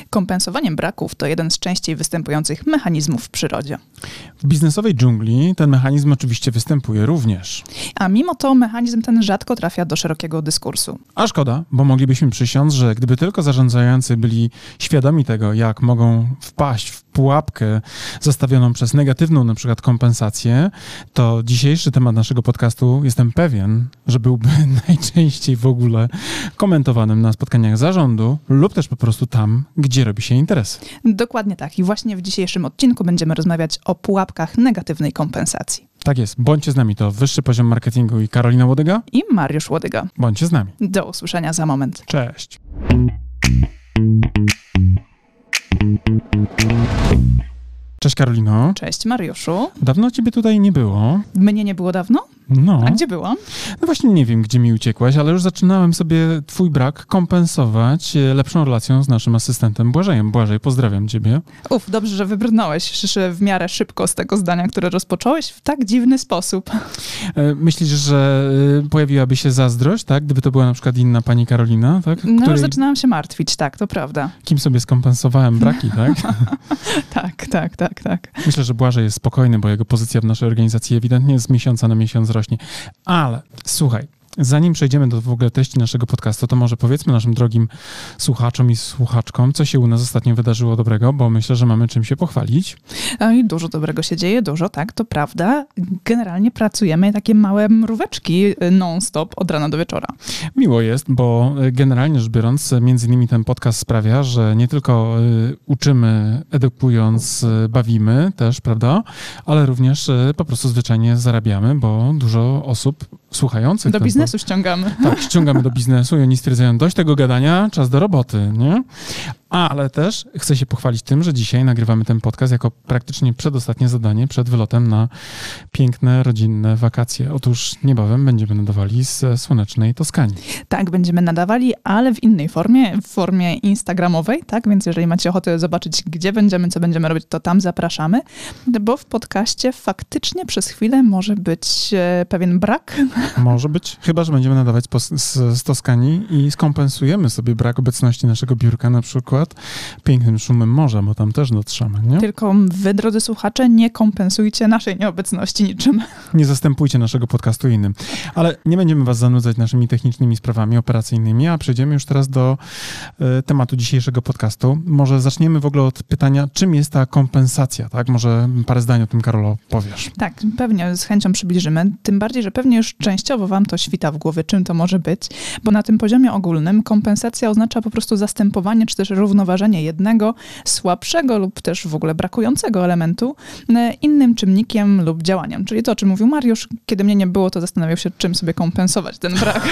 Kompensowanie braków to jeden z częściej występujących mechanizmów w przyrodzie. W biznesowej dżungli ten mechanizm oczywiście występuje również. A mimo to mechanizm ten rzadko trafia do szerokiego dyskursu. A szkoda, bo moglibyśmy przysiąc, że gdyby tylko zarządzający byli świadomi tego, jak mogą wpaść w pułapkę zastawioną przez negatywną na przykład kompensację, to dzisiejszy temat naszego podcastu, jestem pewien, że byłby najczęściej w ogóle komentowanym na spotkaniach zarządu lub też po prostu tam, gdzie robi się interesy. Dokładnie tak. I właśnie w dzisiejszym odcinku będziemy rozmawiać o pułapkach negatywnej kompensacji. Tak jest. Bądźcie z nami. To Wyższy Poziom Marketingu i Karolina Łodyga. I Mariusz Łodyga. Bądźcie z nami. Do usłyszenia za moment. Cześć. Cześć Karolino. Cześć Mariuszu. Dawno ciebie tutaj nie było. Mnie nie było dawno? No. A gdzie byłam? No właśnie nie wiem, gdzie mi uciekłaś, ale już zaczynałem sobie twój brak kompensować lepszą relacją z naszym asystentem Błażejem. Błażej, pozdrawiam ciebie. Dobrze, że wybrnąłeś w miarę szybko z tego zdania, które rozpocząłeś w tak dziwny sposób. Myślisz, że pojawiłaby się zazdrość, tak? Gdyby to była na przykład inna pani Karolina, tak? No już zaczynałam się martwić, tak, to prawda. Kim sobie skompensowałem braki, tak? Tak. Myślę, że Błażej jest spokojny, bo jego pozycja w naszej organizacji ewidentnie z miesiąca na miesiąc rośnie. Ale słuchaj, zanim przejdziemy do w ogóle treści naszego podcastu, to może powiedzmy naszym drogim słuchaczom i słuchaczkom, co się u nas ostatnio wydarzyło dobrego, bo myślę, że mamy czym się pochwalić. I dużo dobrego się dzieje, dużo, tak, to prawda. Generalnie pracujemy takie małe mróweczki non-stop od rana do wieczora. Miło jest, bo generalnie rzecz biorąc, między innymi ten podcast sprawia, że nie tylko uczymy, edukując, bawimy też, prawda, ale również po prostu zwyczajnie zarabiamy, bo dużo osób słuchających do biznesu ściągamy. Tak, ściągamy do biznesu i oni stwierdzają, dość tego gadania, czas do roboty, nie? Ale też chcę się pochwalić tym, że dzisiaj nagrywamy ten podcast jako praktycznie przedostatnie zadanie przed wylotem na piękne, rodzinne wakacje. Otóż niebawem będziemy nadawali z słonecznej Toskanii. Tak, będziemy nadawali, ale w innej formie, w formie instagramowej, tak? Więc jeżeli macie ochotę zobaczyć, gdzie będziemy, co będziemy robić, to tam zapraszamy, bo w podcaście faktycznie przez chwilę może być pewien brak. Może być, chyba że będziemy nadawać z Toskanii i skompensujemy sobie brak obecności naszego biurka na przykład pięknym szumem morza, bo tam też dotrzemy, nie? Tylko wy, drodzy słuchacze, nie kompensujcie naszej nieobecności niczym. Nie zastępujcie naszego podcastu innym. Ale nie będziemy was zanudzać naszymi technicznymi sprawami operacyjnymi, a przejdziemy już teraz do tematu dzisiejszego podcastu. Może zaczniemy w ogóle od pytania, czym jest ta kompensacja, tak? Może parę zdań o tym, Karolo, powiesz. Tak, pewnie z chęcią przybliżymy. Tym bardziej, że pewnie już częściowo wam to świta w głowie, czym to może być, bo na tym poziomie ogólnym kompensacja oznacza po prostu zastępowanie, czy też równoważenie jednego słabszego lub też w ogóle brakującego elementu innym czynnikiem lub działaniem. Czyli to, o czym mówił Mariusz, kiedy mnie nie było, to zastanawiał się, czym sobie kompensować ten brak.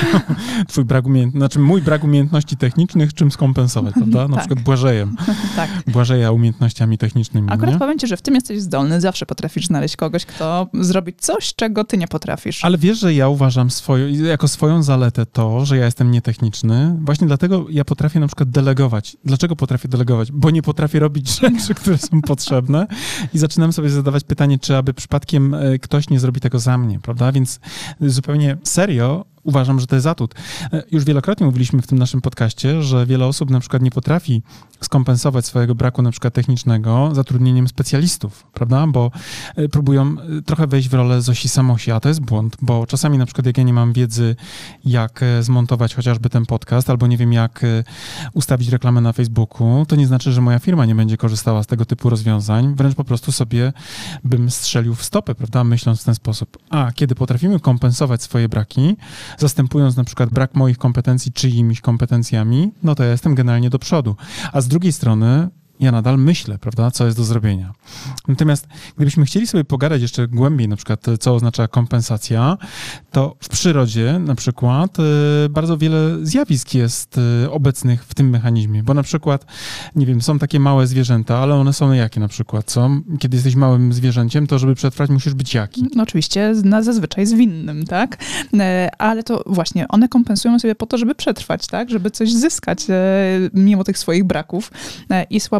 Mój brak umiejętności technicznych, czym skompensować, prawda? Na przykład Błażejem. Tak. Błażeja umiejętnościami technicznymi. Akurat nie? powiem ci, że w tym jesteś zdolny, zawsze potrafisz znaleźć kogoś, kto zrobić coś, czego ty nie potrafisz. Ale wiesz, że ja uważam jako swoją zaletę to, że ja jestem nietechniczny. Właśnie dlatego ja potrafię na przykład delegować. Dlaczego potrafię delegować? Bo nie potrafię robić rzeczy, które są potrzebne i zaczynam sobie zadawać pytanie, czy aby przypadkiem ktoś nie zrobi tego za mnie, prawda? Więc zupełnie serio uważam, że to jest atut. Już wielokrotnie mówiliśmy w tym naszym podcaście, że wiele osób na przykład nie potrafi skompensować swojego braku na przykład technicznego zatrudnieniem specjalistów, prawda? Bo próbują trochę wejść w rolę Zosi Samosi, a to jest błąd, bo czasami na przykład jak ja nie mam wiedzy, jak zmontować chociażby ten podcast, albo nie wiem jak ustawić reklamę na Facebooku, to nie znaczy, że moja firma nie będzie korzystała z tego typu rozwiązań, wręcz po prostu sobie bym strzelił w stopę, prawda? Myśląc w ten sposób. A kiedy potrafimy kompensować swoje braki, zastępując na przykład brak moich kompetencji czyimiś kompetencjami, no to ja jestem generalnie do przodu. A z drugiej strony ja nadal myślę, prawda, co jest do zrobienia. Natomiast gdybyśmy chcieli sobie pogadać jeszcze głębiej, na przykład, co oznacza kompensacja, to w przyrodzie na przykład bardzo wiele zjawisk jest obecnych w tym mechanizmie, bo na przykład, nie wiem, są takie małe zwierzęta, ale one są jakie na przykład są? Kiedy jesteś małym zwierzęciem, to żeby przetrwać musisz być jaki? No oczywiście zazwyczaj zwinnym, tak? Ale to właśnie, one kompensują sobie po to, żeby przetrwać, tak? Żeby coś zyskać mimo tych swoich braków i słabości.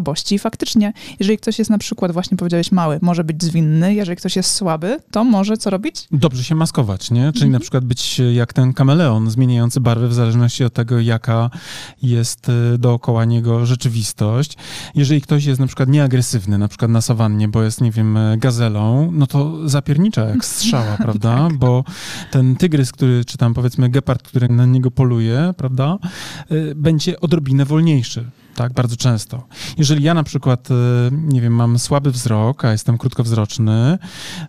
słabości. I faktycznie, jeżeli ktoś jest na przykład, właśnie powiedziałeś, mały, może być zwinny, jeżeli ktoś jest słaby, to może co robić? Dobrze się maskować, nie? Czyli na przykład być jak ten kameleon, zmieniający barwy w zależności od tego, jaka jest dookoła niego rzeczywistość. Jeżeli ktoś jest na przykład nieagresywny, na przykład na sawannie, bo jest, nie wiem, gazelą, no to zapiernicza jak strzała, prawda? Tak. Bo ten tygrys, czy tam powiedzmy gepard, który na niego poluje, prawda, będzie odrobinę wolniejszy. Tak, bardzo często. Jeżeli ja na przykład, nie wiem, mam słaby wzrok, a jestem krótkowzroczny,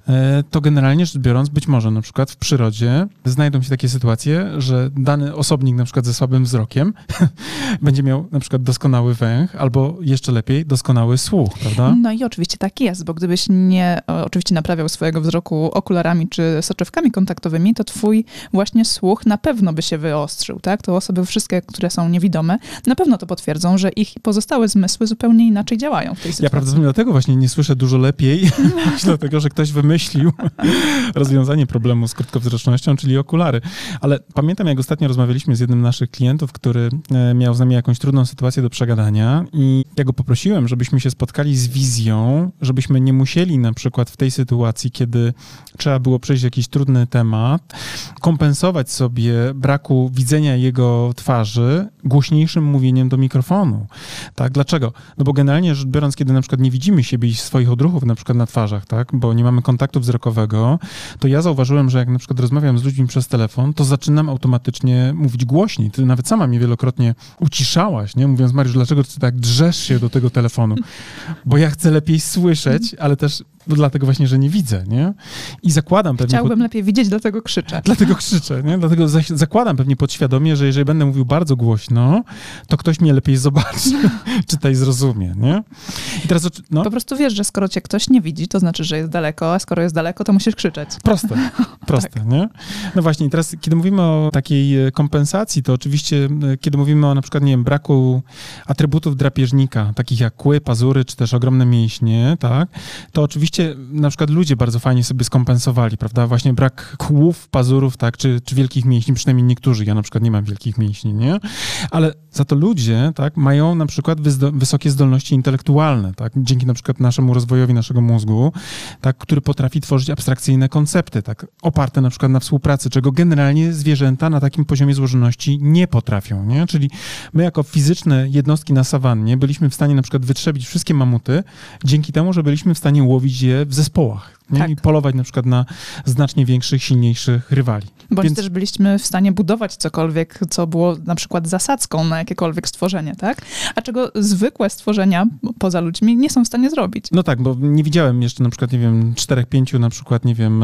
to generalnie rzecz biorąc, być może na przykład w przyrodzie znajdą się takie sytuacje, że dany osobnik na przykład ze słabym wzrokiem będzie miał na przykład doskonały węch, albo jeszcze lepiej doskonały słuch, prawda? No i oczywiście tak jest, bo gdybyś nie oczywiście naprawiał swojego wzroku okularami czy soczewkami kontaktowymi, to twój właśnie słuch na pewno by się wyostrzył, tak? To osoby wszystkie, które są niewidome, na pewno to potwierdzą, że ich pozostałe zmysły zupełnie inaczej działają w tej sytuacji. Ja prawdopodobnie dlatego właśnie nie słyszę dużo lepiej, dlatego, że ktoś wymyślił rozwiązanie problemu z krótkowzrocznością, czyli okulary. Ale pamiętam, jak ostatnio rozmawialiśmy z jednym z naszych klientów, który miał z nami jakąś trudną sytuację do przegadania i ja go poprosiłem, żebyśmy się spotkali z wizją, żebyśmy nie musieli na przykład w tej sytuacji, kiedy trzeba było przejść jakiś trudny temat, kompensować sobie braku widzenia jego twarzy głośniejszym mówieniem do mikrofonu. Tak, dlaczego? No bo generalnie rzecz biorąc, kiedy na przykład nie widzimy siebie i swoich odruchów na przykład na twarzach, tak, bo nie mamy kontaktu wzrokowego, to ja zauważyłem, że jak na przykład rozmawiam z ludźmi przez telefon, to zaczynam automatycznie mówić głośniej. Ty nawet sama mnie wielokrotnie uciszałaś, nie? Mówiąc, Mariusz, dlaczego ty tak drzesz się do tego telefonu? Bo ja chcę lepiej słyszeć, ale też dlatego właśnie, że nie widzę, nie? I zakładam pewnie... Chciałbym lepiej widzieć, dlatego krzyczę. Dlatego krzyczę, nie? Dlatego zakładam pewnie podświadomie, że jeżeli będę mówił bardzo głośno, to ktoś mnie lepiej zobaczy, czyta i zrozumie, nie? I teraz... No. Po prostu wiesz, że skoro cię ktoś nie widzi, to znaczy, że jest daleko, a skoro jest daleko, to musisz krzyczeć. Proste, Tak. nie? No właśnie, i teraz, kiedy mówimy o takiej kompensacji, to oczywiście, kiedy mówimy o na przykład, nie wiem, braku atrybutów drapieżnika, takich jak kły, pazury, czy też ogromne mięśnie, tak? To oczywiście na przykład ludzie bardzo fajnie sobie skompensowali, prawda? Właśnie brak kłów, pazurów, tak? Czy wielkich mięśni, przynajmniej niektórzy. Ja na przykład nie mam wielkich mięśni, nie? Ale za to ludzie, tak, mają na przykład wysokie zdolności intelektualne, tak? Dzięki na przykład naszemu rozwojowi naszego mózgu, tak, który potrafi tworzyć abstrakcyjne koncepty, tak? Oparte na przykład na współpracy, czego generalnie zwierzęta na takim poziomie złożoności nie potrafią, nie? Czyli my jako fizyczne jednostki na sawannie byliśmy w stanie na przykład wytrzebić wszystkie mamuty dzięki temu, że byliśmy w stanie łowić je w zespołach. Nie? Tak. I polować na przykład na znacznie większych, silniejszych rywali. Bądź też byliśmy w stanie budować cokolwiek, co było na przykład zasadzką na jakiekolwiek stworzenie, tak? A czego zwykłe stworzenia poza ludźmi nie są w stanie zrobić. No tak, bo nie widziałem jeszcze na przykład, nie wiem, 4-5 na przykład, nie wiem,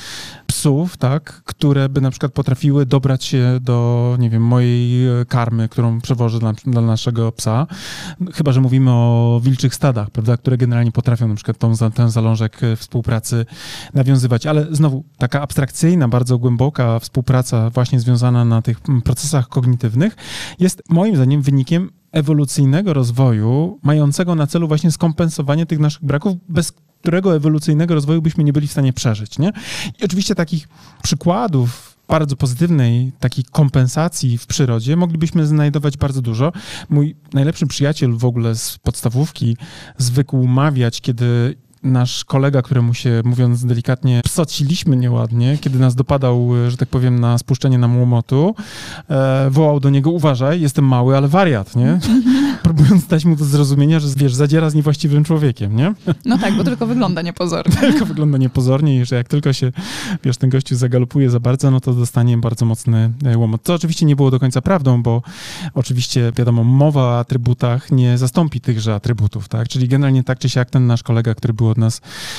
psów, tak, które by na przykład potrafiły dobrać się do, nie wiem, mojej karmy, którą przewożę dla naszego psa. Chyba że mówimy o wilczych stadach, prawda, które generalnie potrafią na przykład ten zalążek współpracy nawiązywać, ale znowu taka abstrakcyjna, bardzo głęboka współpraca właśnie związana na tych procesach kognitywnych jest moim zdaniem wynikiem ewolucyjnego rozwoju, mającego na celu właśnie skompensowanie tych naszych braków, bez którego ewolucyjnego rozwoju byśmy nie byli w stanie przeżyć, nie? I oczywiście takich przykładów bardzo pozytywnej takiej kompensacji w przyrodzie moglibyśmy znajdować bardzo dużo. Mój najlepszy przyjaciel w ogóle z podstawówki zwykł mawiać, kiedy nasz kolega, któremu się, mówiąc delikatnie, psociliśmy nieładnie, kiedy nas dopadał, że tak powiem, na spuszczenie nam łomotu, wołał do niego: uważaj, jestem mały, ale wariat, nie? Próbując dać mu do zrozumienia, że, wiesz, zadziera z niewłaściwym człowiekiem, nie? No tak, bo tylko wygląda niepozornie. Tylko wygląda niepozornie i że jak tylko się, wiesz, ten gościu zagalopuje za bardzo, no to dostanie bardzo mocny łomot. Co oczywiście nie było do końca prawdą, bo oczywiście, wiadomo, mowa o atrybutach nie zastąpi tychże atrybutów, tak? Czyli generalnie tak czy siak ten nasz kolega, który był od nas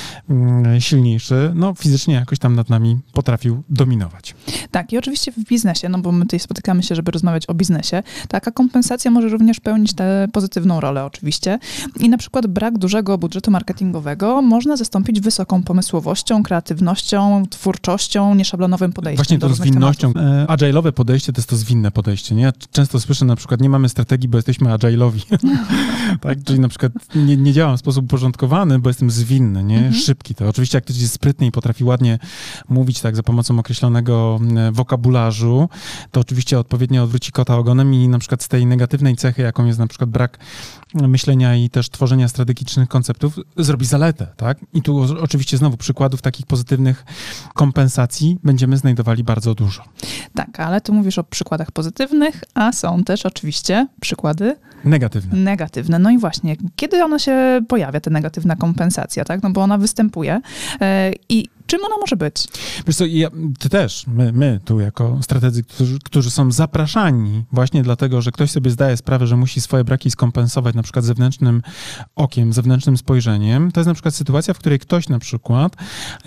silniejszy, no fizycznie jakoś tam nad nami potrafił dominować. Tak, i oczywiście w biznesie, no bo my tutaj spotykamy się, żeby rozmawiać o biznesie, taka kompensacja może również pełnić tę pozytywną rolę oczywiście. I na przykład brak dużego budżetu marketingowego można zastąpić wysoką pomysłowością, kreatywnością, twórczością, nieszablonowym podejściem. Właśnie do to zwinnością. tematów. Agile'owe podejście to jest to zwinne podejście, nie? Ja często słyszę na przykład, nie mamy strategii, bo jesteśmy agile'owi. Tak? Czyli na przykład nie działam w sposób uporządkowany, bo jestem zwinny, nie? Szybki. To oczywiście jak ktoś jest sprytny i potrafi ładnie mówić tak za pomocą określonego wokabularzu, to oczywiście odpowiednio odwróci kota ogonem i na przykład z tej negatywnej cechy, jaką jest na przykład przykład brak myślenia i też tworzenia strategicznych konceptów zrobi zaletę, tak? I tu oczywiście znowu przykładów takich pozytywnych kompensacji będziemy znajdowali bardzo dużo. Tak, ale tu mówisz o przykładach pozytywnych, a są też oczywiście przykłady negatywne. No i właśnie, kiedy ona się pojawia, ta negatywna kompensacja, tak? No bo ona występuje i czym ona może być? Wiesz co, ty też, my tu jako strategzy, którzy są zapraszani właśnie dlatego, że ktoś sobie zdaje sprawę, że musi swoje braki skompensować na przykład zewnętrznym okiem, zewnętrznym spojrzeniem. To jest na przykład sytuacja, w której ktoś na przykład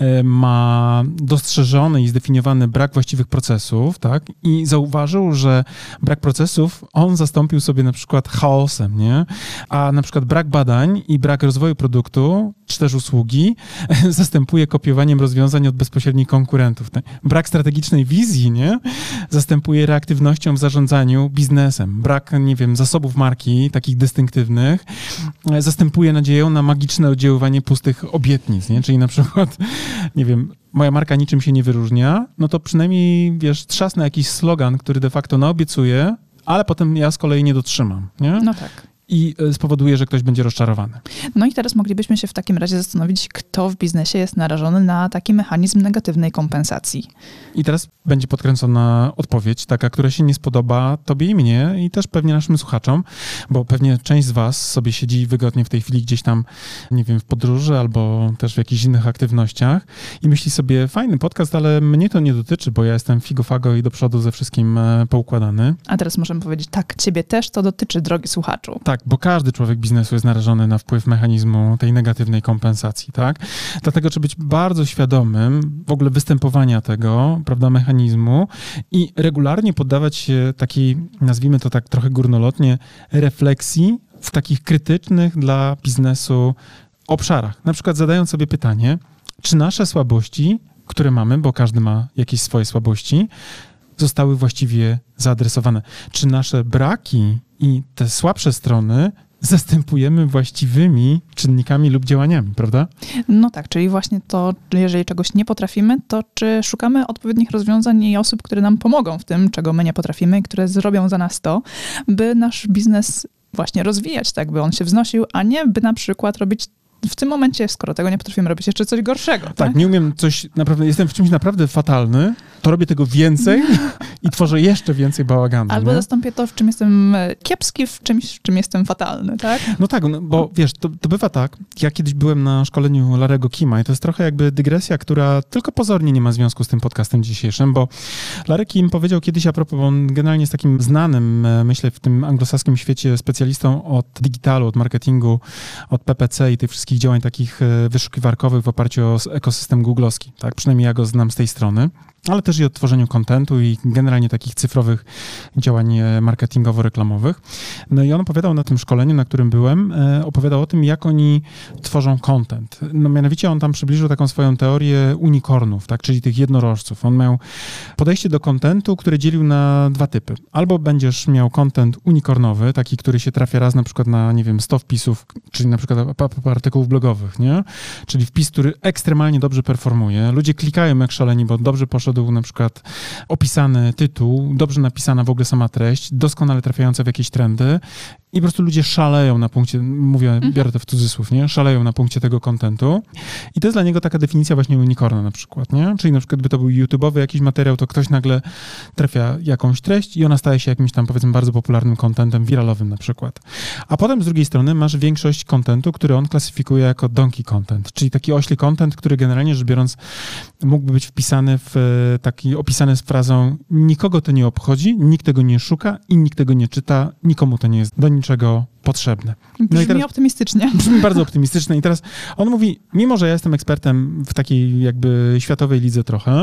ma dostrzeżony i zdefiniowany brak właściwych procesów, tak? I zauważył, że brak procesów on zastąpił sobie na przykład chaosem, nie? A na przykład brak badań i brak rozwoju produktu czy też usługi zastępuje kopiowaniem rozwiązań od bezpośrednich konkurentów. Brak strategicznej wizji, nie? Zastępuje reaktywnością w zarządzaniu biznesem. Brak, nie wiem, zasobów marki, takich dystynktywnych, zastępuje nadzieją na magiczne oddziaływanie pustych obietnic, nie? Czyli na przykład, nie wiem, moja marka niczym się nie wyróżnia, no to przynajmniej, wiesz, trzasnę jakiś slogan, który de facto naobiecuję, ale potem ja z kolei nie dotrzymam, nie? No tak. I spowoduje, że ktoś będzie rozczarowany. No i teraz moglibyśmy się w takim razie zastanowić, kto w biznesie jest narażony na taki mechanizm negatywnej kompensacji. I teraz będzie podkręcona odpowiedź, taka, która się nie spodoba tobie i mnie i też pewnie naszym słuchaczom, bo pewnie część z was sobie siedzi wygodnie w tej chwili gdzieś tam, nie wiem, w podróży albo też w jakichś innych aktywnościach i myśli sobie, fajny podcast, ale mnie to nie dotyczy, bo ja jestem figo-fago i do przodu ze wszystkim poukładany. A teraz możemy powiedzieć, tak, ciebie też to dotyczy, drogi słuchaczu. Tak, bo każdy człowiek biznesu jest narażony na wpływ mechanizmu tej negatywnej kompensacji, tak? Dlatego trzeba być bardzo świadomym w ogóle występowania tego, prawda, mechanizmu i regularnie poddawać się takiej, nazwijmy to tak trochę górnolotnie, refleksji w takich krytycznych dla biznesu obszarach. Na przykład zadając sobie pytanie, czy nasze słabości, które mamy, bo każdy ma jakieś swoje słabości, zostały właściwie zaadresowane. Czy nasze braki i te słabsze strony zastępujemy właściwymi czynnikami lub działaniami, prawda? No tak, czyli właśnie to, jeżeli czegoś nie potrafimy, to czy szukamy odpowiednich rozwiązań i osób, które nam pomogą w tym, czego my nie potrafimy i które zrobią za nas to, by nasz biznes właśnie rozwijać, tak, by on się wznosił, a nie by na przykład robić w tym momencie, skoro tego nie potrafimy robić, jeszcze coś gorszego. Tak, nie umiem coś, naprawdę, jestem w czymś naprawdę fatalny, to robię tego więcej i tworzę jeszcze więcej bałaganu. Albo zastąpię to, w czym jestem kiepski, w czymś, w czym jestem fatalny, tak? No tak, no, bo wiesz, to bywa tak, ja kiedyś byłem na szkoleniu Larry'ego Kima i to jest trochę jakby dygresja, która tylko pozornie nie ma związku z tym podcastem dzisiejszym, bo Larry Kim powiedział kiedyś a propos, on generalnie jest takim znanym, myślę, w tym anglosaskim świecie specjalistą od digitalu, od marketingu, od PPC i tych wszystkich działań takich wyszukiwarkowych w oparciu o ekosystem googlowski, tak? Przynajmniej ja go znam z tej strony, ale też i o tworzeniu kontentu i generalnie takich cyfrowych działań marketingowo-reklamowych. No i on opowiadał na tym szkoleniu, na którym byłem, opowiadał o tym, jak oni tworzą content. No mianowicie on tam przybliżył taką swoją teorię unicornów, tak, czyli tych jednorożców. On miał podejście do kontentu, które dzielił na dwa typy. Albo będziesz miał content unicornowy, taki, który się trafia raz na przykład na, nie wiem, 100 wpisów, czyli na przykład artykułów blogowych, nie? Czyli wpis, który ekstremalnie dobrze performuje. Ludzie klikają jak szaleni, bo dobrze poszedł na przykład opisany tytuł, dobrze napisana w ogóle sama treść, doskonale trafiająca w jakieś trendy i po prostu ludzie szaleją na punkcie, mówię, biorę to w cudzysłów, nie? Szaleją na punkcie tego kontentu i to jest dla niego taka definicja właśnie unicorna na przykład, nie? Czyli na przykład by to był YouTube'owy jakiś materiał, to ktoś nagle trafia jakąś treść i ona staje się jakimś tam, powiedzmy, bardzo popularnym kontentem wiralowym na przykład. A potem z drugiej strony masz większość kontentu, który on klasyfikuje jako donkey content, czyli taki ośli content, który generalnie rzecz biorąc mógłby być wpisany w taki, opisany z frazą nikogo to nie obchodzi, nikt tego nie szuka i nikt tego nie czyta, nikomu to nie jest do niczego potrzebne. Brzmi teraz, optymistycznie. Brzmi bardzo optymistycznie i teraz on mówi, mimo że ja jestem ekspertem w takiej jakby światowej lidze trochę,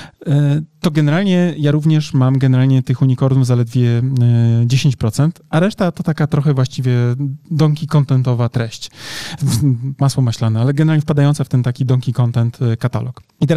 to generalnie ja również mam generalnie tych unicornów zaledwie 10%, a reszta to taka trochę właściwie donkey contentowa treść. Masło maślane, ale generalnie wpadająca w ten taki donkey content katalog. I teraz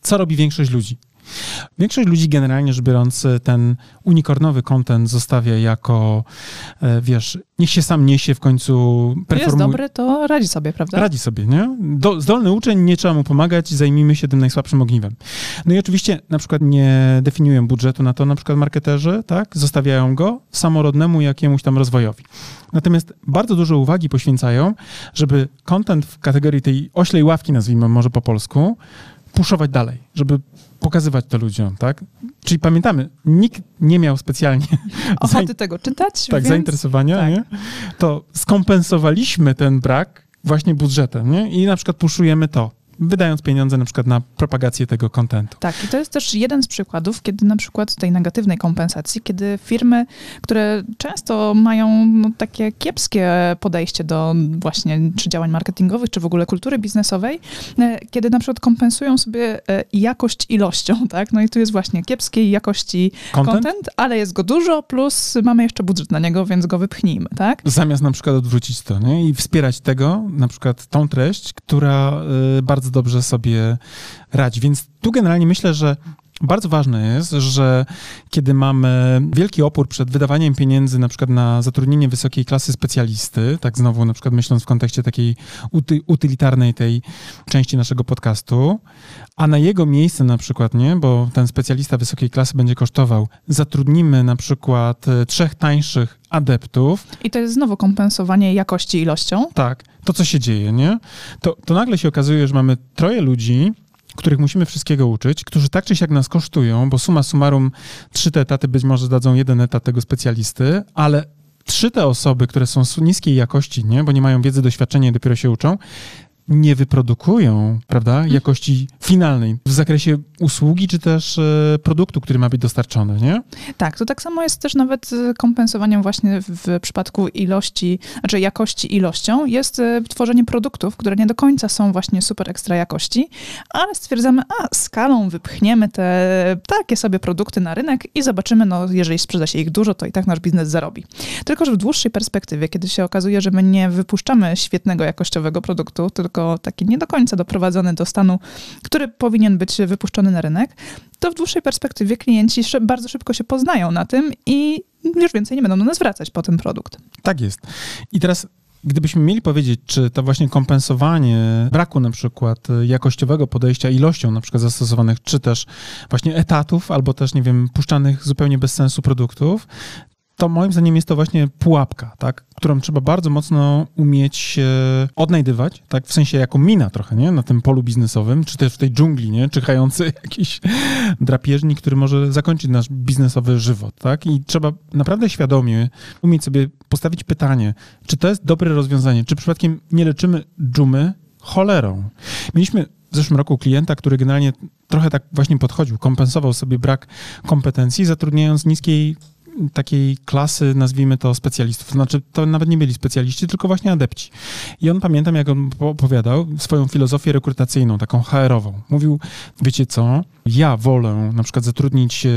co robi większość ludzi? Większość ludzi generalnie rzecz biorąc ten unikornowy content zostawia jako, wiesz, niech się sam niesie w końcu. Jest dobry, to radzi sobie, prawda? Radzi sobie, nie? Zdolny uczeń, nie trzeba mu pomagać, zajmijmy się tym najsłabszym ogniwem. No i oczywiście na przykład nie definiują budżetu na to na przykład marketerzy, tak? Zostawiają go samorodnemu jakiemuś tam rozwojowi. Natomiast bardzo dużo uwagi poświęcają, żeby content w kategorii tej oślej ławki, nazwijmy może po polsku, puszować dalej, żeby pokazywać to ludziom, tak? Czyli pamiętamy, nikt nie miał specjalnie ochoty tego czytać, tak, więc... zainteresowania, tak. Nie? To skompensowaliśmy ten brak właśnie budżetem, nie? I na przykład puszujemy to, wydając pieniądze na przykład na propagację tego kontentu. Tak, i to jest też jeden z przykładów, kiedy na przykład tej negatywnej kompensacji, kiedy firmy, które często mają takie kiepskie podejście do właśnie czy działań marketingowych, czy w ogóle kultury biznesowej, kiedy na przykład kompensują sobie jakość ilością, tak? No i tu jest właśnie kiepskiej jakości content, ale jest go dużo, plus mamy jeszcze budżet na niego, więc go wypchnijmy, tak? Zamiast na przykład odwrócić to, nie? I wspierać tego, na przykład tą treść, która bardzo dobrze sobie radzi. Więc tu generalnie myślę, że bardzo ważne jest, że kiedy mamy wielki opór przed wydawaniem pieniędzy na przykład na zatrudnienie wysokiej klasy specjalisty, tak znowu na przykład myśląc w kontekście takiej utylitarnej tej części naszego podcastu, a na jego miejsce na przykład, nie, bo ten specjalista wysokiej klasy będzie kosztował, zatrudnimy na przykład 3 tańszych adeptów. I to jest znowu kompensowanie jakości ilością. Tak, to co się dzieje, nie? To nagle się okazuje, że mamy 3 ludzi, których musimy wszystkiego uczyć, którzy tak czy siak nas kosztują, bo summa summarum 3 te etaty być może dadzą 1 etat tego specjalisty, ale 3 te osoby, które są niskiej jakości, nie, bo nie mają wiedzy, doświadczenia i dopiero się uczą, nie wyprodukują, prawda, jakości finalnej w zakresie usługi, czy też produktu, który ma być dostarczony, nie? Tak, to tak samo jest też nawet kompensowaniem właśnie w przypadku ilości, znaczy jakości ilością, jest tworzenie produktów, które nie do końca są właśnie super ekstra jakości, ale stwierdzamy, skalą wypchniemy te takie sobie produkty na rynek i zobaczymy, no jeżeli sprzeda się ich dużo, to i tak nasz biznes zarobi. Tylko że w dłuższej perspektywie, kiedy się okazuje, że my nie wypuszczamy świetnego jakościowego produktu, tylko taki nie do końca doprowadzony do stanu, który powinien być wypuszczony na rynek, to w dłuższej perspektywie klienci bardzo szybko się poznają na tym i już więcej nie będą do nas wracać po ten produkt. Tak jest. I teraz gdybyśmy mieli powiedzieć, czy to właśnie kompensowanie braku na przykład jakościowego podejścia ilością na przykład zastosowanych, czy też właśnie etatów, albo też, nie wiem, puszczanych zupełnie bez sensu produktów, to moim zdaniem jest to właśnie pułapka, tak, którą trzeba bardzo mocno umieć odnajdywać, tak, w sensie jako mina trochę, nie, na tym polu biznesowym, czy też w tej dżungli, nie, czyhający jakiś drapieżnik, który może zakończyć nasz biznesowy żywot, tak, i trzeba naprawdę świadomie umieć sobie postawić pytanie, czy to jest dobre rozwiązanie, czy przypadkiem nie leczymy dżumy cholerą. Mieliśmy w zeszłym roku klienta, który generalnie trochę tak właśnie podchodził, kompensował sobie brak kompetencji, zatrudniając niskiej takiej klasy, nazwijmy to specjalistów. Znaczy, to nawet nie byli specjaliści, tylko właśnie adepci. I on, pamiętam, jak on opowiadał swoją filozofię rekrutacyjną, taką HR-ową. Mówił, wiecie co, ja wolę na przykład zatrudnić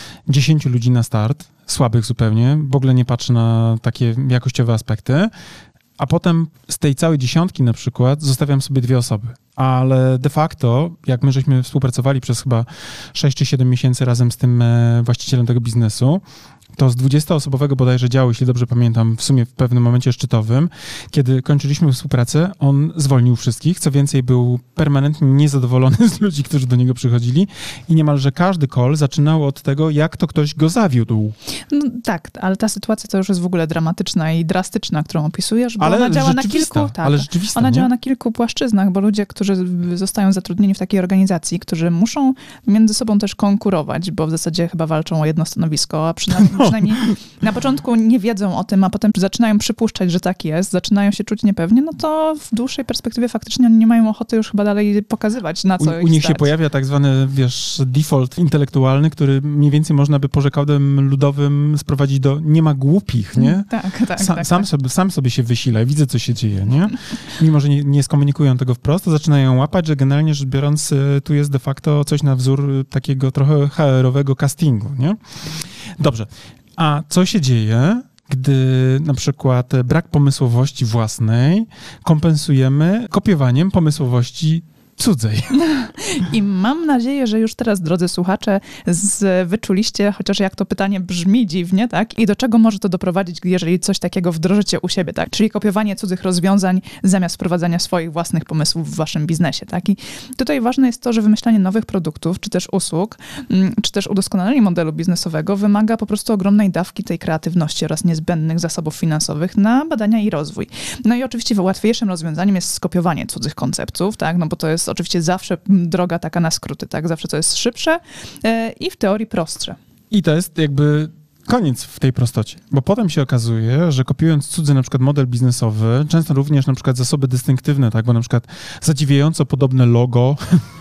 10 ludzi na start, słabych zupełnie, w ogóle nie patrzę na takie jakościowe aspekty, a potem z tej całej 10 na przykład zostawiam sobie 2 osoby. Ale de facto, jak my żeśmy współpracowali przez chyba 6 czy 7 miesięcy razem z tym właścicielem tego biznesu, to z 20-osobowego bodajże działu, jeśli dobrze pamiętam, w sumie w pewnym momencie szczytowym, kiedy kończyliśmy współpracę, on zwolnił wszystkich, co więcej był permanentnie niezadowolony z ludzi, którzy do niego przychodzili i niemalże każdy call zaczynał od tego, jak to ktoś go zawiódł. No, tak, ale ta sytuacja to już jest w ogóle dramatyczna i drastyczna, którą opisujesz, bo ona działa na kilku, ona działa na kilku płaszczyznach, bo ludzie, którzy zostają zatrudnieni w takiej organizacji, którzy muszą między sobą też konkurować, bo w zasadzie chyba walczą o jedno stanowisko, a przynajmniej na początku nie wiedzą o tym, a potem zaczynają przypuszczać, że tak jest, zaczynają się czuć niepewnie, no to w dłuższej perspektywie faktycznie oni nie mają ochoty już chyba dalej pokazywać, na co U nich się pojawia tak zwany, wiesz, default intelektualny, który mniej więcej można by porzekadłem ludowym sprowadzić do nie ma głupich, nie? Tak. Sam sobie się wysilaj, widzę, co się dzieje, nie? Mimo, że nie skomunikują tego wprost, to zaczynają łapać, że generalnie rzecz biorąc tu jest de facto coś na wzór takiego trochę HR-owego castingu, nie? Dobrze. A co się dzieje, gdy na przykład brak pomysłowości własnej kompensujemy kopiowaniem pomysłowości cudzej? I mam nadzieję, że już teraz, drodzy słuchacze, wyczuliście, chociaż jak to pytanie brzmi dziwnie, tak? I do czego może to doprowadzić, jeżeli coś takiego wdrożycie u siebie, tak? Czyli kopiowanie cudzych rozwiązań zamiast wprowadzania swoich własnych pomysłów w waszym biznesie, tak? I tutaj ważne jest to, że wymyślanie nowych produktów, czy też usług, czy też udoskonalenie modelu biznesowego wymaga po prostu ogromnej dawki tej kreatywności oraz niezbędnych zasobów finansowych na badania i rozwój. No i oczywiście łatwiejszym rozwiązaniem jest skopiowanie cudzych konceptów, tak? No bo to jest oczywiście zawsze droga taka na skróty, tak? Zawsze to jest szybsze i w teorii prostsze. I to jest jakby koniec w tej prostocie, bo potem się okazuje, że kopiując cudzy na przykład model biznesowy, często również na przykład zasoby dystynktywne, tak? Bo na przykład zadziwiająco podobne logo,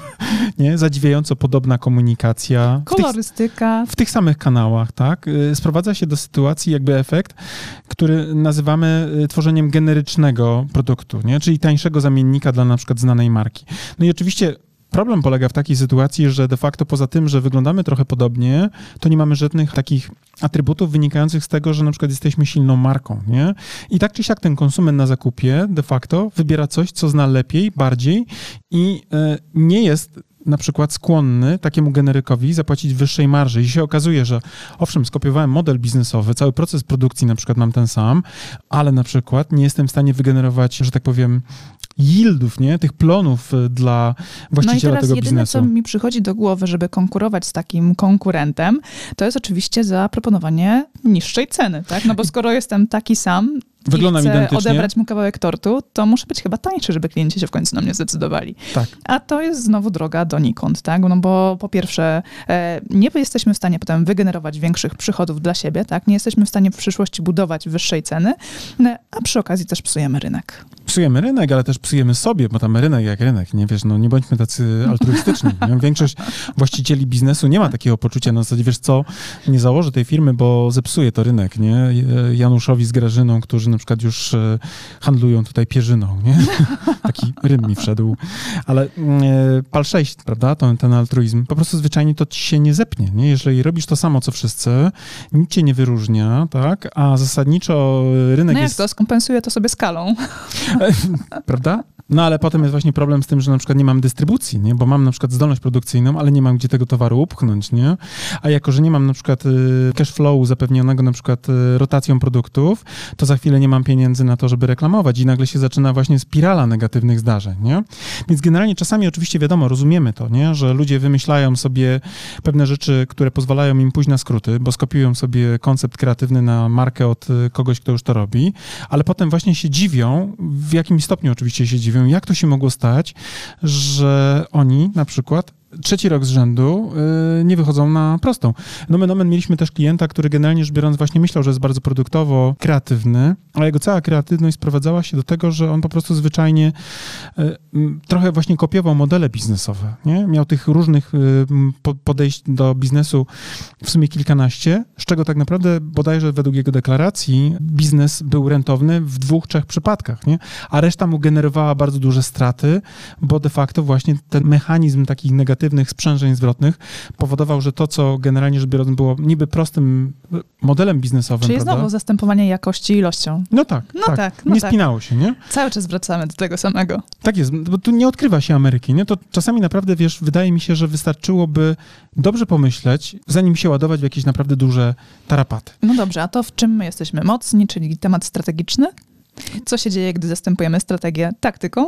nie? Zadziwiająco podobna komunikacja. Kolorystyka. W tych samych kanałach, tak? Sprowadza się do sytuacji jakby efekt, który nazywamy tworzeniem generycznego produktu, nie? Czyli tańszego zamiennika dla na przykład znanej marki. No i oczywiście problem polega w takiej sytuacji, że de facto poza tym, że wyglądamy trochę podobnie, to nie mamy żadnych takich atrybutów wynikających z tego, że na przykład jesteśmy silną marką, nie? I tak czy siak ten konsument na zakupie de facto wybiera coś, co zna lepiej, bardziej i nie jest na przykład skłonny takiemu generykowi zapłacić wyższej marży. I się okazuje, że owszem, skopiowałem model biznesowy, cały proces produkcji na przykład mam ten sam, ale na przykład nie jestem w stanie wygenerować, że tak powiem, yieldów, nie? Tych plonów dla właściciela tego biznesu. No i teraz jedyne, co mi przychodzi do głowy, żeby konkurować z takim konkurentem, to jest oczywiście zaproponowanie niższej ceny, tak? No bo skoro jestem taki sam wyglądam i chcę identycznie, odebrać mu kawałek tortu, to muszę być chyba tańszy, żeby klienci się w końcu na mnie zdecydowali. Tak. A to jest znowu droga donikąd, tak? No bo po pierwsze, nie jesteśmy w stanie potem wygenerować większych przychodów dla siebie, tak? Nie jesteśmy w stanie w przyszłości budować wyższej ceny, a przy okazji też psujemy rynek. Psujemy rynek, ale też psujemy sobie, bo tam rynek jak rynek, nie wiesz, no nie bądźmy tacy altruistyczni. Nie? Większość właścicieli biznesu nie ma takiego poczucia, na zasadzie, wiesz co, nie założę tej firmy, bo zepsuje to rynek, nie? Januszowi z Grażyną, którzy na przykład już handlują tutaj pierzyną, nie? Taki rym mi wszedł. Ale pal 6, prawda, ten altruizm, po prostu zwyczajnie to ci się nie zepnie, nie? Jeżeli robisz to samo, co wszyscy, nic cię nie wyróżnia, tak? A zasadniczo rynek no jak jest... to? Skompensuję to sobie skalą. Prawda? No ale potem jest właśnie problem z tym, że na przykład nie mam dystrybucji, nie? Bo mam na przykład zdolność produkcyjną, ale nie mam gdzie tego towaru upchnąć, nie? A jako, że nie mam na przykład cash flow zapewnionego na przykład rotacją produktów, to za chwilę nie mam pieniędzy na to, żeby reklamować i nagle się zaczyna właśnie spirala negatywnych zdarzeń, nie? Więc generalnie czasami oczywiście wiadomo, rozumiemy to, nie? Że ludzie wymyślają sobie pewne rzeczy, które pozwalają im pójść na skróty, bo skopiują sobie koncept kreatywny na markę od kogoś, kto już to robi, ale potem właśnie się dziwią, w jakim stopniu oczywiście się dziwią, jak to się mogło stać, że oni na przykład trzeci rok z rzędu nie wychodzą na prostą. Nomen omen mieliśmy też klienta, który generalnie rzecz biorąc właśnie myślał, że jest bardzo produktowo kreatywny, ale jego cała kreatywność sprowadzała się do tego, że on po prostu zwyczajnie trochę właśnie kopiował modele biznesowe. Nie? Miał tych różnych podejść do biznesu w sumie kilkanaście, z czego tak naprawdę bodajże według jego deklaracji biznes był rentowny w 2-3 przypadkach, nie? A reszta mu generowała bardzo duże straty, bo de facto właśnie ten mechanizm takich negatywnych sprzężeń zwrotnych powodował, że to, co generalnie rzecz biorąc było niby prostym modelem biznesowym, czyli prawda? znowu zastępowanie jakości ilością. No tak. Nie spinało się, nie? Cały czas wracamy do tego samego. Tak jest, bo tu nie odkrywa się Ameryki, nie? To czasami naprawdę, wiesz, wydaje mi się, że wystarczyłoby dobrze pomyśleć, zanim się ładować w jakieś naprawdę duże tarapaty. No dobrze, a to w czym my jesteśmy mocni, czyli temat strategiczny? Co się dzieje, gdy zastępujemy strategię taktyką?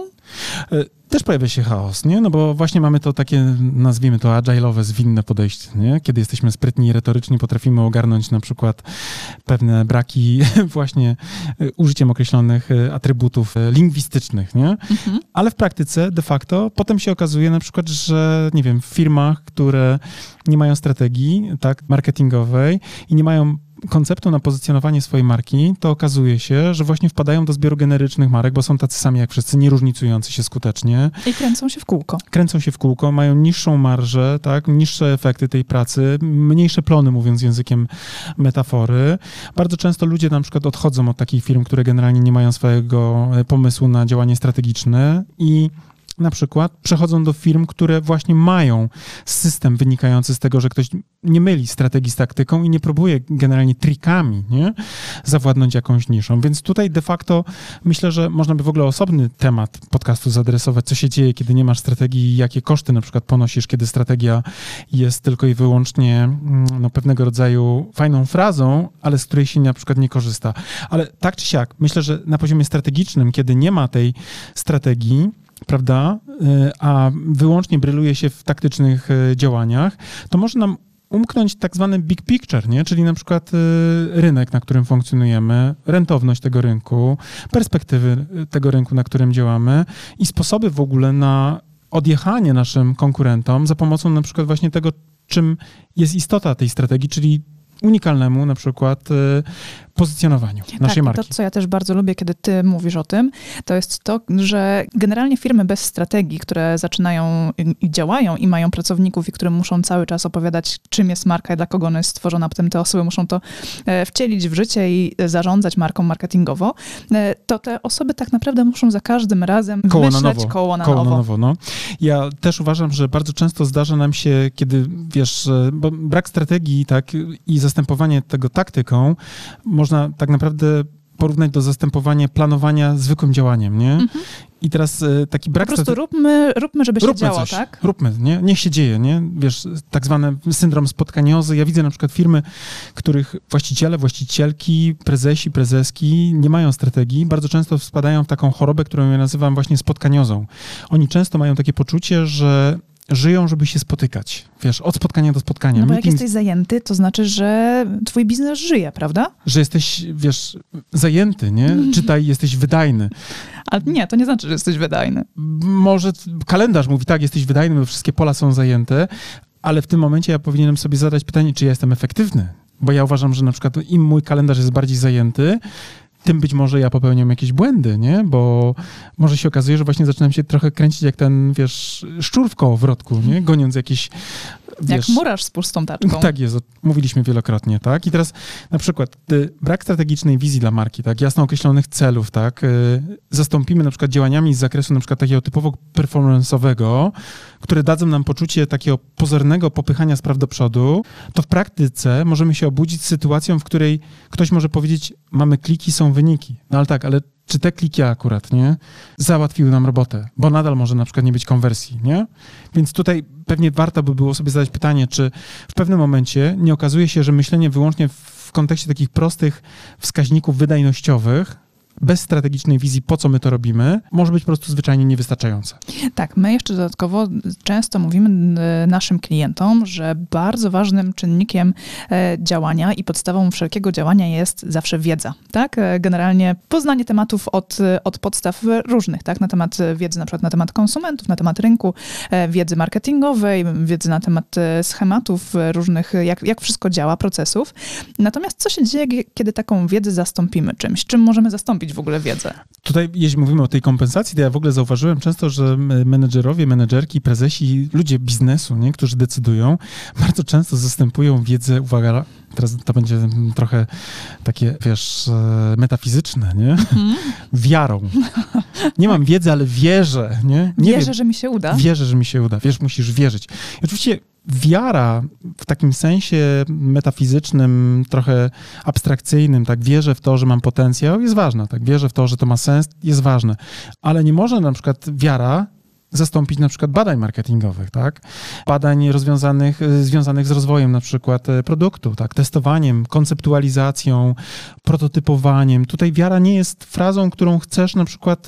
Też pojawia się chaos, nie? No bo właśnie mamy to takie, nazwijmy to agile'owe, zwinne podejście, nie? Kiedy jesteśmy sprytni i retoryczni, potrafimy ogarnąć na przykład pewne braki właśnie użyciem określonych atrybutów lingwistycznych, nie? Mhm. Ale w praktyce de facto potem się okazuje na przykład, że nie wiem, w firmach, które nie mają strategii, tak, marketingowej i nie mają konceptu na pozycjonowanie swojej marki, to okazuje się, że właśnie wpadają do zbioru generycznych marek, bo są tacy sami jak wszyscy, nie różnicujący się skutecznie. I kręcą się w kółko. Kręcą się w kółko, mają niższą marżę, tak, niższe efekty tej pracy, mniejsze plony, mówiąc językiem metafory. Bardzo często ludzie na przykład odchodzą od takich firm, które generalnie nie mają swojego pomysłu na działanie strategiczne i na przykład przechodzą do firm, które właśnie mają system wynikający z tego, że ktoś nie myli strategii z taktyką i nie próbuje generalnie trikami, nie, zawładnąć jakąś niszą. Więc tutaj de facto myślę, że można by w ogóle osobny temat podcastu zaadresować, co się dzieje, kiedy nie masz strategii i jakie koszty na przykład ponosisz, kiedy strategia jest tylko i wyłącznie pewnego rodzaju fajną frazą, ale z której się na przykład nie korzysta. Ale tak czy siak, myślę, że na poziomie strategicznym, kiedy nie ma tej strategii, prawda, a wyłącznie bryluje się w taktycznych działaniach, to może nam umknąć tak zwany big picture, nie? Czyli na przykład rynek, na którym funkcjonujemy, rentowność tego rynku, perspektywy tego rynku, na którym działamy i sposoby w ogóle na odjechanie naszym konkurentom za pomocą na przykład właśnie tego, czym jest istota tej strategii, czyli unikalnemu na przykład pozycjonowaniu naszej marki. To, co ja też bardzo lubię, kiedy ty mówisz o tym, to jest to, że generalnie firmy bez strategii, które zaczynają i działają i mają pracowników i którym muszą cały czas opowiadać, czym jest marka i dla kogo ona jest stworzona, potem te osoby muszą to wcielić w życie i zarządzać marką marketingowo, to te osoby tak naprawdę muszą za każdym razem wymyśleć koło na nowo. No. Ja też uważam, że bardzo często zdarza nam się, kiedy, wiesz, bo brak strategii, tak, i zastępowanie tego taktyką można tak naprawdę porównać do zastępowania planowania zwykłym działaniem, nie? Mhm. I teraz taki brak... Po prostu róbmy, żeby się działo, coś, tak? Róbmy, nie? Niech się dzieje, nie? Wiesz, tak zwany syndrom spotkaniozy. Ja widzę na przykład firmy, których właściciele, właścicielki, prezesi, prezeski nie mają strategii. Bardzo często wpadają w taką chorobę, którą ja nazywam właśnie spotkaniozą. Oni często mają takie poczucie, że żyją, żeby się spotykać. Wiesz, od spotkania do spotkania. No bo jak jesteś zajęty, to znaczy, że twój biznes żyje, prawda? Że jesteś, wiesz, zajęty, nie? Czytaj, jesteś wydajny. Ale nie, to nie znaczy, że jesteś wydajny. Może kalendarz mówi, tak, jesteś wydajny, bo wszystkie pola są zajęte, ale w tym momencie ja powinienem sobie zadać pytanie, czy ja jestem efektywny. Bo ja uważam, że na przykład im mój kalendarz jest bardziej zajęty, tym być może ja popełniam jakieś błędy, nie? Bo może się okazuje, że właśnie zaczynam się trochę kręcić jak ten, wiesz, szczur w kołowrotku, nie? Goniąc jakieś, wiesz... Jak murarz z pustą taczką. Tak jest, mówiliśmy wielokrotnie, tak? I teraz na przykład brak strategicznej wizji dla marki, tak? Jasno określonych celów, tak? Zastąpimy na przykład działaniami z zakresu na przykład takiego typowo performance'owego, które dadzą nam poczucie takiego pozornego popychania spraw do przodu, to w praktyce możemy się obudzić z sytuacją, w której ktoś może powiedzieć, mamy kliki, są wyniki. No ale tak, ale czy te kliki akurat, nie, załatwiły nam robotę, bo nadal może na przykład nie być konwersji, nie? Więc tutaj pewnie warto by było sobie zadać pytanie, czy w pewnym momencie nie okazuje się, że myślenie wyłącznie w kontekście takich prostych wskaźników wydajnościowych, bez strategicznej wizji, po co my to robimy, może być po prostu zwyczajnie niewystarczające. Tak, my jeszcze dodatkowo często mówimy naszym klientom, że bardzo ważnym czynnikiem działania i podstawą wszelkiego działania jest zawsze wiedza, tak? Generalnie poznanie tematów od podstaw różnych, tak? Na temat wiedzy, na przykład na temat konsumentów, na temat rynku, wiedzy marketingowej, wiedzy na temat schematów różnych, jak wszystko działa, procesów. Natomiast co się dzieje, kiedy taką wiedzę zastąpimy czymś? Czym możemy zastąpić w ogóle wiedzę? Tutaj, jeśli mówimy o tej kompensacji, to ja w ogóle zauważyłem często, że menedżerowie, menedżerki, prezesi, ludzie biznesu, nie, którzy decydują, bardzo często zastępują wiedzę, uwaga, teraz to będzie trochę takie, wiesz, metafizyczne, nie? Wiarą. Nie mam wiedzy, ale wierzę, nie? Wierzę, że mi się uda. Wierzę, że mi się uda. Wiesz, musisz wierzyć. I oczywiście wiara w takim sensie metafizycznym, trochę abstrakcyjnym, tak, wierzę w to, że mam potencjał, jest ważna, tak, wierzę w to, że to ma sens, jest ważne, ale nie może na przykład wiara zastąpić na przykład badań marketingowych, tak, badań związanych z rozwojem na przykład produktu, tak, testowaniem, konceptualizacją, prototypowaniem. Tutaj wiara nie jest frazą, którą chcesz na przykład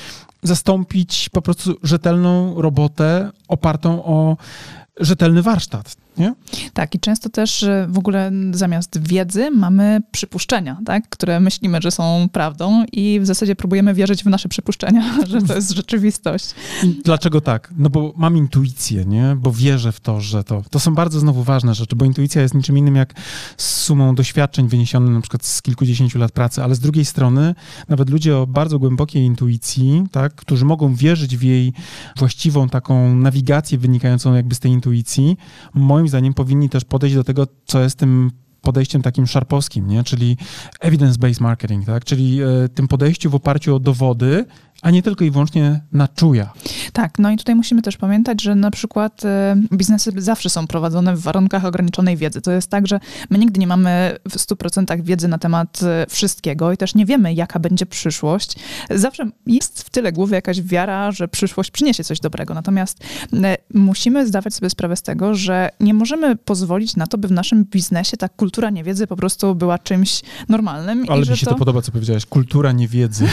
zastąpić po prostu rzetelną robotę opartą o rzetelny warsztat, nie? Tak, i często też w ogóle zamiast wiedzy mamy przypuszczenia, tak? Które myślimy, że są prawdą i w zasadzie próbujemy wierzyć w nasze przypuszczenia, że to jest rzeczywistość. Dlaczego tak? No bo mam intuicję, nie? Bo wierzę w to, że to są bardzo znowu ważne rzeczy, bo intuicja jest niczym innym jak sumą doświadczeń wyniesionych na przykład z kilkudziesięciu lat pracy, ale z drugiej strony nawet ludzie o bardzo głębokiej intuicji, tak? Którzy mogą wierzyć w jej właściwą taką nawigację wynikającą jakby z tej intuicji, moim zdaniem powinni też podejść do tego, co jest tym podejściem takim szarpowskim, nie? Czyli evidence-based marketing, tak? Czyli tym podejściu w oparciu o dowody, a nie tylko i wyłącznie na czuja. Tak, no i tutaj musimy też pamiętać, że na przykład biznesy zawsze są prowadzone w warunkach ograniczonej wiedzy. To jest tak, że my nigdy nie mamy w 100% wiedzy na temat wszystkiego i też nie wiemy, jaka będzie przyszłość. Zawsze jest w tyle głowy jakaś wiara, że przyszłość przyniesie coś dobrego. Natomiast musimy zdawać sobie sprawę z tego, że nie możemy pozwolić na to, by w naszym biznesie ta kultura niewiedzy po prostu była czymś normalnym. Ale i mi się to podoba, co powiedziałeś. Kultura niewiedzy.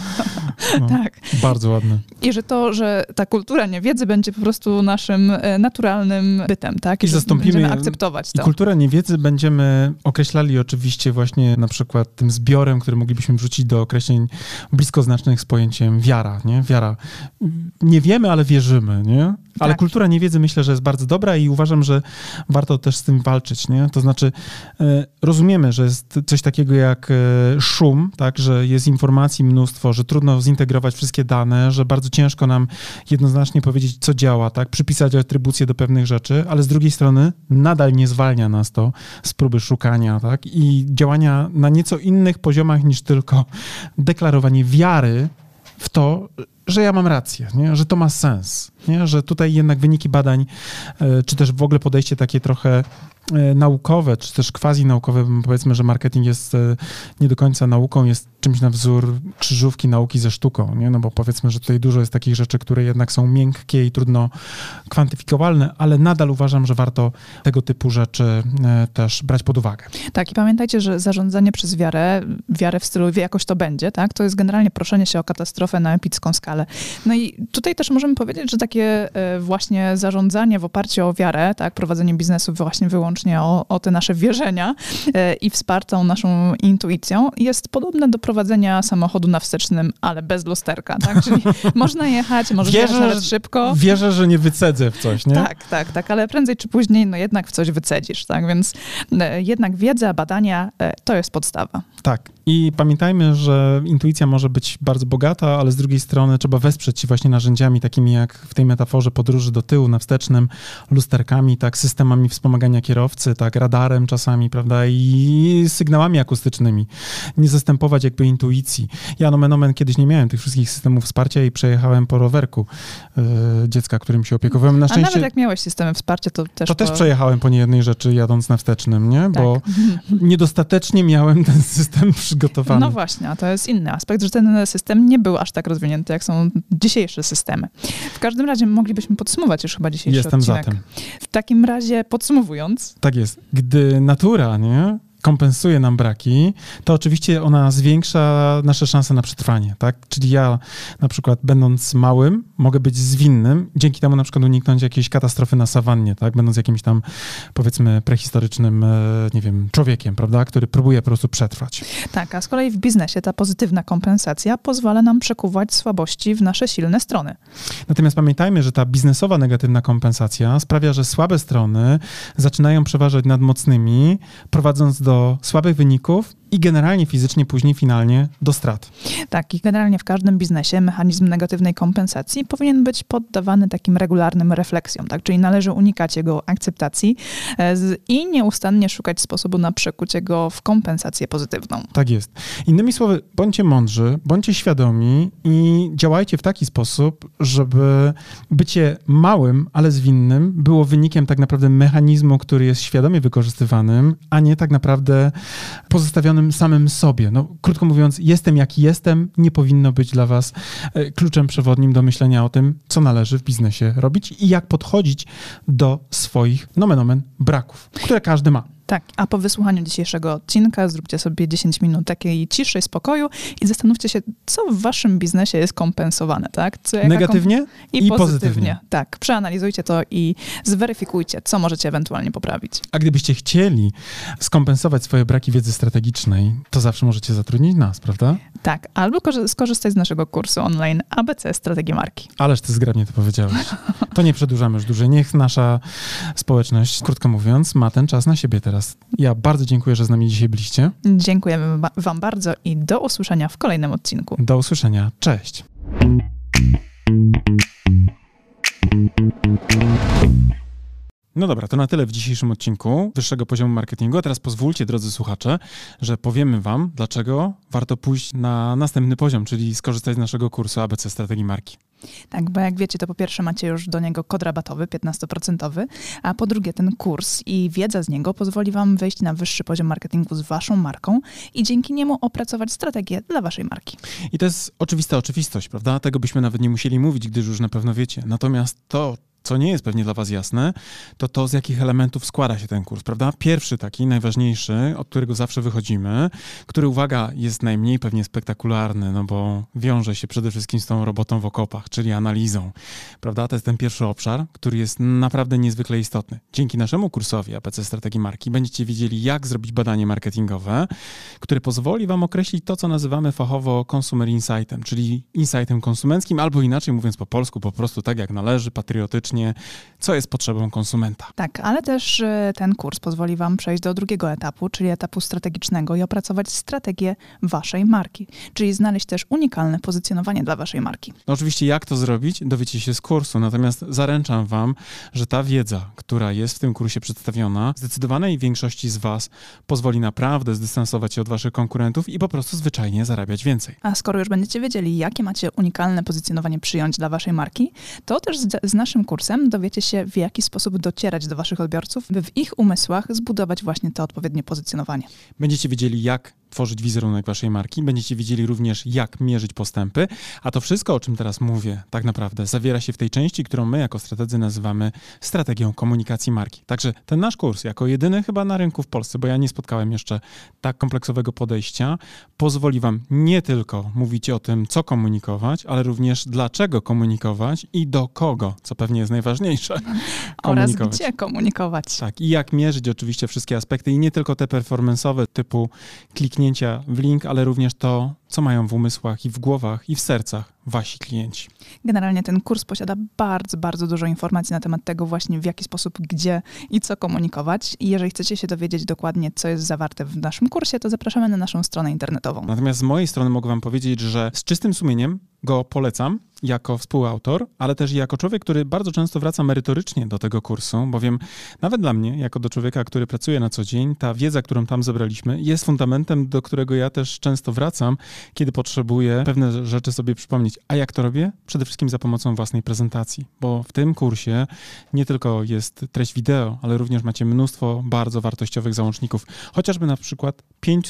No, tak. Bardzo ładne. I że ta kultura niewiedzy będzie po prostu naszym naturalnym bytem, tak? I zastąpimy, będziemy akceptować to. I kulturę niewiedzy będziemy określali oczywiście właśnie na przykład tym zbiorem, który moglibyśmy wrzucić do określeń bliskoznacznych z pojęciem wiara, nie? Wiara. Nie wiemy, ale wierzymy, nie? Ale tak. Kultura niewiedzy myślę, że jest bardzo dobra i uważam, że warto też z tym walczyć, nie? To znaczy rozumiemy, że jest coś takiego jak szum, tak? Że jest informacji mnóstwo, że trudno zintegrować wszystkie dane, że bardzo ciężko nam jednoznacznie powiedzieć, co działa, tak? Przypisać atrybucje do pewnych rzeczy, ale z drugiej strony nadal nie zwalnia nas to z próby szukania, tak? I działania na nieco innych poziomach niż tylko deklarowanie wiary w to, że ja mam rację, nie? Że to ma sens, nie? Że tutaj jednak wyniki badań, czy też w ogóle podejście takie trochę naukowe, czy też quasi-naukowe, powiedzmy, że marketing jest nie do końca nauką, jest czymś na wzór krzyżówki nauki ze sztuką, nie? No bo powiedzmy, że tutaj dużo jest takich rzeczy, które jednak są miękkie i trudno kwantyfikowalne, ale nadal uważam, że warto tego typu rzeczy też brać pod uwagę. Tak, i pamiętajcie, że zarządzanie przez wiarę w stylu jakoś to będzie, tak? To jest generalnie proszenie się o katastrofę na epicką skalę. No i tutaj też możemy powiedzieć, że takie właśnie zarządzanie w oparciu o wiarę, tak? Prowadzenie biznesu właśnie wyłącznie o te nasze wierzenia i wspartą naszą intuicją jest podobne do prowadzenia samochodu na wstecznym, ale bez lusterka, tak? Czyli można jechać, możesz jechać nawet szybko. Wierzę, że nie wycedzę w coś, nie? Tak, ale prędzej czy później no jednak w coś wycedzisz, tak? Więc jednak wiedza, badania to jest podstawa. Tak. I pamiętajmy, że intuicja może być bardzo bogata, ale z drugiej strony trzeba wesprzeć się właśnie narzędziami takimi jak w tej metaforze podróży do tyłu na wstecznym, lusterkami, tak, systemami wspomagania kierowcy, tak, radarem czasami, prawda, i sygnałami akustycznymi. Nie zastępować jakby intuicji. Ja nomen omen kiedyś nie miałem tych wszystkich systemów wsparcia i przejechałem po rowerku dziecka, którym się opiekowałem. Na szczęście, a nawet jak miałeś systemy wsparcia, to też... To też przejechałem po niejednej rzeczy jadąc na wstecznym, nie? Bo niedostatecznie miałem ten system przygotowany. No właśnie, a to jest inny aspekt, że ten system nie był aż tak rozwinięty, jak są dzisiejsze systemy. W każdym razie moglibyśmy podsumować już chyba dzisiejszy odcinek. Jestem za tym. W takim razie podsumowując... Tak jest. Gdy natura, nie, kompensuje nam braki, to oczywiście ona zwiększa nasze szanse na przetrwanie, tak? Czyli ja na przykład będąc małym mogę być zwinnym, dzięki temu na przykład uniknąć jakiejś katastrofy na sawannie, tak? Będąc jakimś tam powiedzmy prehistorycznym, nie wiem, człowiekiem, prawda? Który próbuje po prostu przetrwać. Tak, a z kolei w biznesie ta pozytywna kompensacja pozwala nam przekuwać słabości w nasze silne strony. Natomiast pamiętajmy, że ta biznesowa negatywna kompensacja sprawia, że słabe strony zaczynają przeważać nad mocnymi, prowadząc do słabych wyników i generalnie fizycznie później finalnie do strat. Tak, i generalnie w każdym biznesie mechanizm negatywnej kompensacji powinien być poddawany takim regularnym refleksjom, tak? Czyli należy unikać jego akceptacji i nieustannie szukać sposobu na przekucie go w kompensację pozytywną. Tak jest. Innymi słowy, bądźcie mądrzy, bądźcie świadomi i działajcie w taki sposób, żeby bycie małym, ale zwinnym było wynikiem tak naprawdę mechanizmu, który jest świadomie wykorzystywanym, a nie tak naprawdę pozostawionym samym sobie. No, krótko mówiąc, jestem jaki jestem, nie powinno być dla was kluczem przewodnim do myślenia o tym, co należy w biznesie robić i jak podchodzić do swoich, nomen omen, braków, które każdy ma. Tak, a po wysłuchaniu dzisiejszego odcinka zróbcie sobie 10 minut takiej ciszy, spokoju i zastanówcie się, co w waszym biznesie jest kompensowane, tak? Negatywnie i pozytywnie. Tak, przeanalizujcie to i zweryfikujcie, co możecie ewentualnie poprawić. A gdybyście chcieli skompensować swoje braki wiedzy strategicznej, to zawsze możecie zatrudnić nas, prawda? Tak, albo skorzystać z naszego kursu online ABC Strategii Marki. Ależ ty zgrabnie to powiedziałeś. To nie przedłużamy już dłużej. Niech nasza społeczność, krótko mówiąc, ma ten czas na siebie teraz. Ja bardzo dziękuję, że z nami dzisiaj byliście. Dziękujemy wam bardzo i do usłyszenia w kolejnym odcinku. Do usłyszenia. Cześć. No dobra, to na tyle w dzisiejszym odcinku Wyższego Poziomu Marketingu. A teraz pozwólcie, drodzy słuchacze, że powiemy wam, dlaczego warto pójść na następny poziom, czyli skorzystać z naszego kursu ABC Strategii Marki. Tak, bo jak wiecie, to po pierwsze macie już do niego kod rabatowy 15%, a po drugie ten kurs i wiedza z niego pozwoli wam wejść na wyższy poziom marketingu z waszą marką i dzięki niemu opracować strategię dla waszej marki. I to jest oczywista oczywistość, prawda? Tego byśmy nawet nie musieli mówić, gdyż już na pewno wiecie. Natomiast to, co nie jest pewnie dla was jasne, to z jakich elementów składa się ten kurs, prawda? Pierwszy taki, najważniejszy, od którego zawsze wychodzimy, który, uwaga, jest najmniej pewnie spektakularny, no bo wiąże się przede wszystkim z tą robotą w okopach, czyli analizą, prawda? To jest ten pierwszy obszar, który jest naprawdę niezwykle istotny. Dzięki naszemu kursowi ABC Strategii Marki będziecie wiedzieli, jak zrobić badanie marketingowe, które pozwoli wam określić to, co nazywamy fachowo consumer insightem, czyli insightem konsumenckim, albo inaczej mówiąc po polsku, po prostu tak jak należy, patriotycznie, co jest potrzebą konsumenta. Tak, ale też ten kurs pozwoli wam przejść do drugiego etapu, czyli etapu strategicznego i opracować strategię waszej marki, czyli znaleźć też unikalne pozycjonowanie dla waszej marki. No oczywiście jak to zrobić, dowiecie się z kursu, natomiast zaręczam wam, że ta wiedza, która jest w tym kursie przedstawiona, zdecydowanej większości z was pozwoli naprawdę zdystansować się od waszych konkurentów i po prostu zwyczajnie zarabiać więcej. A skoro już będziecie wiedzieli, jakie macie unikalne pozycjonowanie przyjąć dla waszej marki, to też z naszym kursem dowiecie się, w jaki sposób docierać do waszych odbiorców, by w ich umysłach zbudować właśnie to odpowiednie pozycjonowanie. Będziecie wiedzieli, jak tworzyć wizerunek waszej marki, będziecie wiedzieli również, jak mierzyć postępy, a to wszystko, o czym teraz mówię, tak naprawdę zawiera się w tej części, którą my jako strategzy nazywamy strategią komunikacji marki. Także ten nasz kurs, jako jedyny chyba na rynku w Polsce, bo ja nie spotkałem jeszcze tak kompleksowego podejścia, pozwoli wam nie tylko mówić o tym, co komunikować, ale również dlaczego komunikować i do kogo, co pewnie jest najważniejsze. Oraz gdzie komunikować. Tak, i jak mierzyć oczywiście wszystkie aspekty i nie tylko te performance'owe typu kliknięcia w link, ale również to, co mają w umysłach i w głowach i w sercach wasi klienci. Generalnie ten kurs posiada bardzo, bardzo dużo informacji na temat tego właśnie, w jaki sposób, gdzie i co komunikować. I jeżeli chcecie się dowiedzieć dokładnie, co jest zawarte w naszym kursie, to zapraszamy na naszą stronę internetową. Natomiast z mojej strony mogę wam powiedzieć, że z czystym sumieniem go polecam jako współautor, ale też jako człowiek, który bardzo często wraca merytorycznie do tego kursu, bowiem nawet dla mnie, jako do człowieka, który pracuje na co dzień, ta wiedza, którą tam zebraliśmy, jest fundamentem, do którego ja też często wracam, kiedy potrzebuję pewne rzeczy sobie przypomnieć. A jak to robię? Przede wszystkim za pomocą własnej prezentacji, bo w tym kursie nie tylko jest treść wideo, ale również macie mnóstwo bardzo wartościowych załączników, chociażby na przykład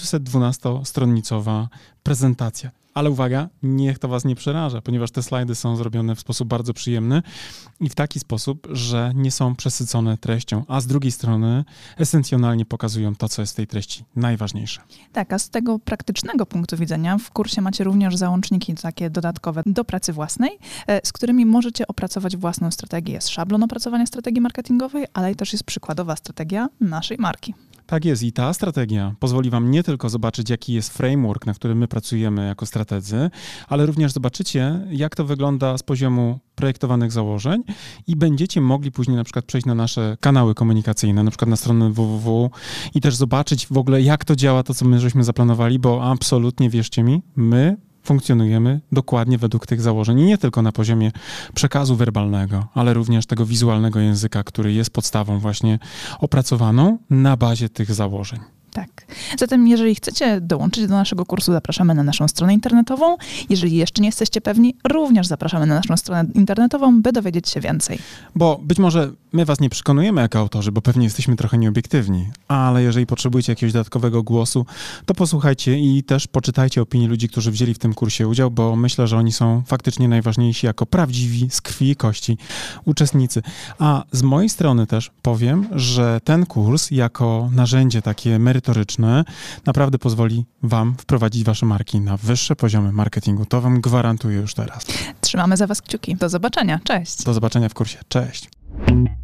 512-stronnicowa prezentacja. Ale uwaga, niech to was nie przeraża, ponieważ te slajdy są zrobione w sposób bardzo przyjemny i w taki sposób, że nie są przesycone treścią, a z drugiej strony esencjonalnie pokazują to, co jest w tej treści najważniejsze. Tak, a z tego praktycznego punktu widzenia w kursie macie również załączniki takie dodatkowe do pracy własnej, z którymi możecie opracować własną strategię. Jest szablon opracowania strategii marketingowej, ale też jest przykładowa strategia naszej marki. Tak jest i ta strategia pozwoli wam nie tylko zobaczyć, jaki jest framework, na którym my pracujemy jako strategzy, ale również zobaczycie, jak to wygląda z poziomu projektowanych założeń i będziecie mogli później na przykład przejść na nasze kanały komunikacyjne, na przykład na stronę www i też zobaczyć w ogóle, jak to działa, to co my żeśmy zaplanowali, bo absolutnie, wierzcie mi, my funkcjonujemy dokładnie według tych założeń i nie tylko na poziomie przekazu werbalnego, ale również tego wizualnego języka, który jest podstawą właśnie opracowaną na bazie tych założeń. Tak. Zatem jeżeli chcecie dołączyć do naszego kursu, zapraszamy na naszą stronę internetową. Jeżeli jeszcze nie jesteście pewni, również zapraszamy na naszą stronę internetową, by dowiedzieć się więcej. Bo być może my was nie przekonujemy jako autorzy, bo pewnie jesteśmy trochę nieobiektywni, ale jeżeli potrzebujecie jakiegoś dodatkowego głosu, to posłuchajcie i też poczytajcie opinii ludzi, którzy wzięli w tym kursie udział, bo myślę, że oni są faktycznie najważniejsi jako prawdziwi, z krwi i kości uczestnicy. A z mojej strony też powiem, że ten kurs jako narzędzie takie merytoryczne naprawdę pozwoli wam wprowadzić wasze marki na wyższe poziomy marketingu. To wam gwarantuję już teraz. Trzymamy za was kciuki. Do zobaczenia. Cześć. Do zobaczenia w kursie. Cześć.